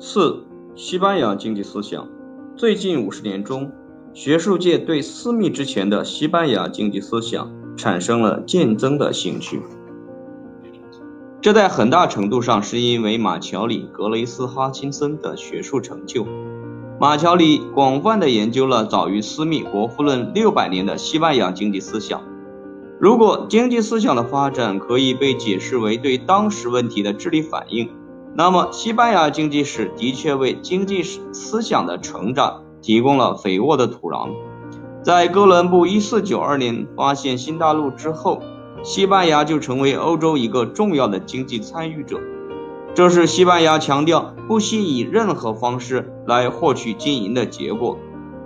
四、西班牙经济思想。最近50年中，学术界对私密之前的西班牙经济思想产生了渐增的兴趣。这在很大程度上是因为马乔里·格雷斯哈钦森的学术成就。马乔里广泛地研究了早于斯密《国富论》600年的西班牙经济思想。如果经济思想的发展可以被解释为对当时问题的智力反应，那么西班牙经济史的确为经济思想的成长提供了肥沃的土壤。在哥伦布1492年发现新大陆之后，西班牙就成为欧洲一个重要的经济参与者。这是西班牙强调不惜以任何方式来获取金银的结果。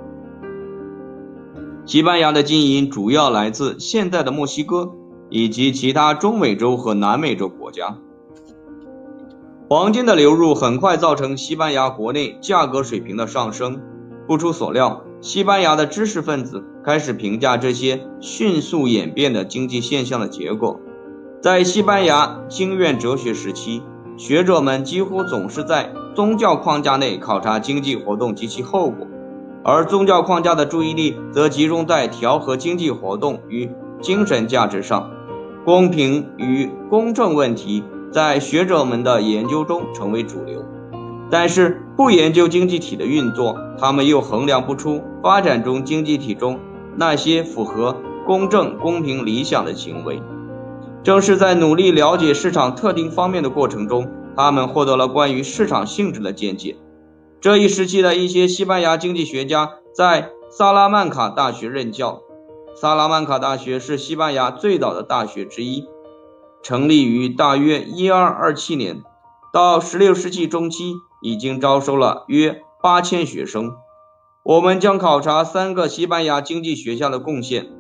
西班牙的金银主要来自现在的墨西哥以及其他中美洲和南美洲国家。黄金的流入很快造成西班牙国内价格水平的上升。不出所料，西班牙的知识分子开始评价这些迅速演变的经济现象的结果。在西班牙经院哲学时期，学者们几乎总是在宗教框架内考察经济活动及其后果，而宗教框架的注意力则集中在调和经济活动与精神价值上。公平与公正问题在学者们的研究中成为主流，但是不研究经济体的运作，他们又衡量不出发展中经济体中那些符合公正公平理想的行为。正是在努力了解市场特定方面的过程中，他们获得了关于市场性质的见解。这一时期的一些西班牙经济学家在萨拉曼卡大学任教。萨拉曼卡大学是西班牙最早的大学之一，成立于大约1227年，到16世纪中期已经招收了约8000学生。我们将考察3个西班牙经济学家的贡献：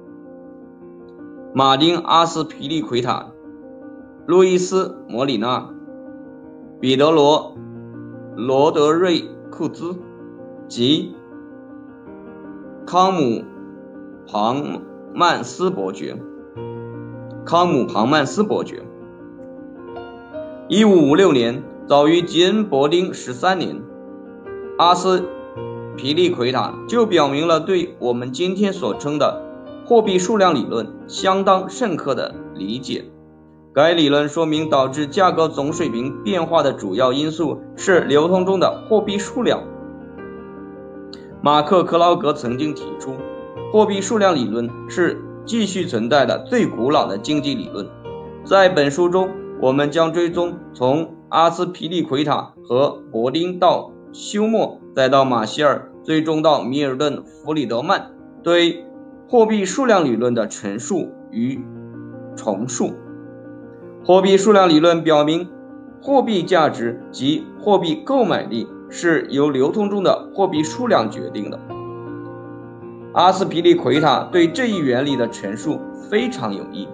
马丁·阿斯皮利奎塔、路易斯·摩里纳、彼得罗·罗德瑞库兹及康姆·庞曼斯伯爵。1556年，早于吉恩伯丁13年，阿斯皮利奎塔就表明了对我们今天所称的货币数量理论相当深刻的理解。该理论说明导致价格总水平变化的主要因素是流通中的货币数量。马克·克劳格曾经提出，货币数量理论是继续存在的最古老的经济理论。在本书中，我们将追踪从阿斯皮利奎塔和伯丁到休谟，再到马歇尔，最终到米尔顿·弗里德曼对货币数量理论的陈述与重述。货币数量理论表明，货币价值及货币购买力是由流通中的货币数量决定的。阿斯皮利奎塔对这一原理的陈述非常有益。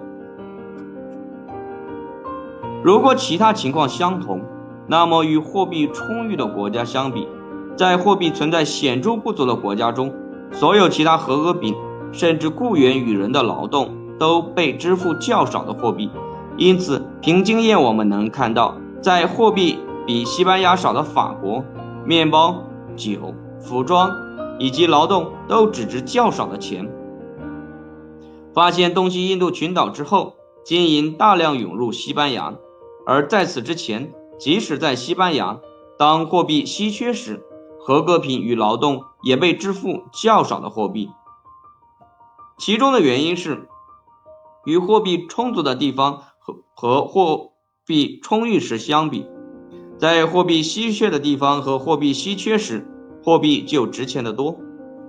如果其他情况相同，那么与货币充裕的国家相比，在货币存在显著不足的国家中，所有其他合格品甚至雇员与人的劳动都被支付较少的货币。因此凭经验我们能看到，在货币比西班牙少的法国，面包、酒、服装以及劳动都只值较少的钱。发现东西印度群岛之后，金银大量涌入西班牙，而在此之前，即使在西班牙，当货币稀缺时，合格品与劳动也被支付较少的货币。其中的原因是，与货币充足的地方和货币充裕时相比，在货币稀缺的地方和货币稀缺时，货币就值钱得多。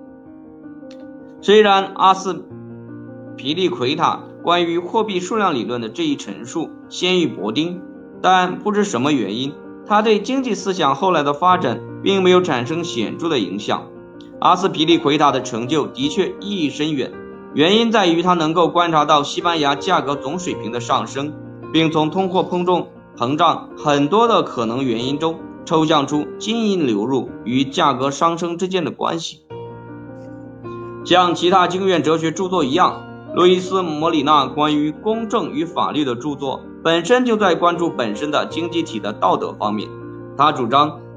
虽然阿斯皮利奎塔关于货币数量理论的这一陈述先于伯丁，但不知什么原因，他对经济思想后来的发展并没有产生显著的影响。阿斯皮利奎塔的成就的确意义深远，原因在于他能够观察到西班牙价格总水平的上升，并从通货膨胀很多的可能原因中抽象出金银流入与价格上升之间的关系。像其他经院哲学著作一样，路易斯·摩里纳关于公正与法律的著作本身就在关注本身的经济体的道德方面。他主张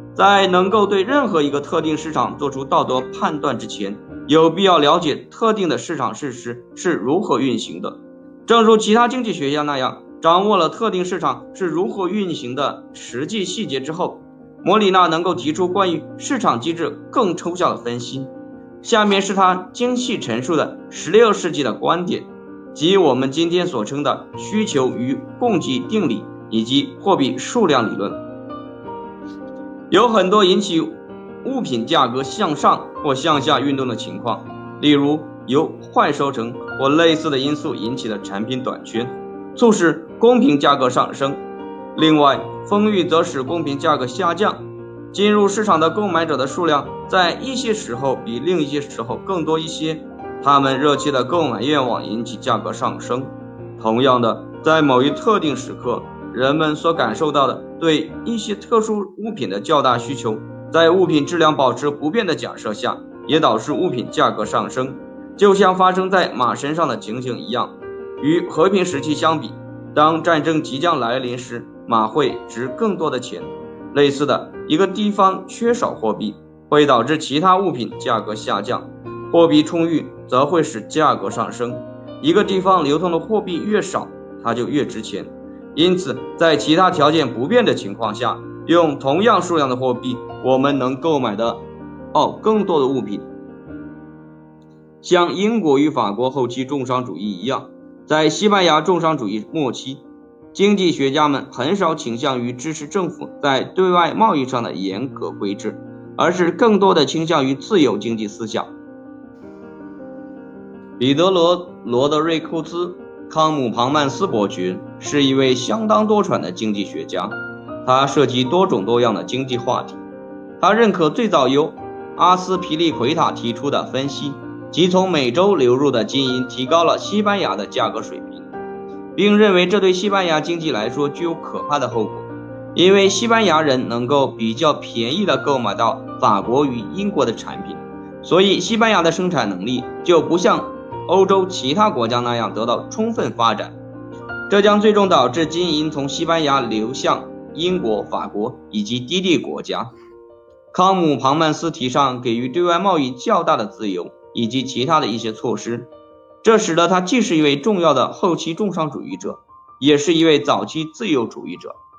在能够对任何一个特定市场做出道德判断之前，有必要了解特定的市场事实是如何运行的。正如其他经济学家那样，掌握了特定市场是如何运行的实际细节之后，莫里纳能够提出关于市场机制更抽象的分析。下面是他精细陈述的16世纪的观点，即我们今天所称的需求与供给定理以及货币数量理论。有很多引起物品价格向上或向下运动的情况，例如由坏收成或类似的因素引起的产品短缺，促使公平价格上升。另外，丰裕则使公平价格下降。进入市场的购买者的数量在一些时候比另一些时候更多一些，他们热切的购买愿望引起价格上升。同样的，在某一特定时刻，人们所感受到的对一些特殊物品的较大需求，在物品质量保持不变的假设下，也导致物品价格上升，就像发生在马身上的情形一样。与和平时期相比，当战争即将来临时，马会值更多的钱。类似的，一个地方缺少货币，会导致其他物品价格下降，货币充裕则会使价格上升。一个地方流通的货币越少，它就越值钱。因此，在其他条件不变的情况下，用同样数量的货币，我们能购买的更多的物品。像英国与法国后期重商主义一样，在西班牙重商主义末期，经济学家们很少倾向于支持政府在对外贸易上的严格规制，而是更多的倾向于自由经济思想。彼得罗德瑞库兹康姆庞曼斯伯爵是一位相当多产的经济学家，他涉及多种多样的经济话题。他认可最早由阿斯皮利奎塔提出的分析，即从美洲流入的金银提高了西班牙的价格水平，并认为这对西班牙经济来说具有可怕的后果，因为西班牙人能够比较便宜地购买到法国与英国的产品，所以西班牙的生产能力就不像欧洲其他国家那样得到充分发展，这将最终导致金银从西班牙流向英国、法国以及低地国家。康姆庞曼斯提倡给予对外贸易较大的自由以及其他的一些措施，这使得他既是一位重要的后期重商主义者，也是一位早期自由主义者。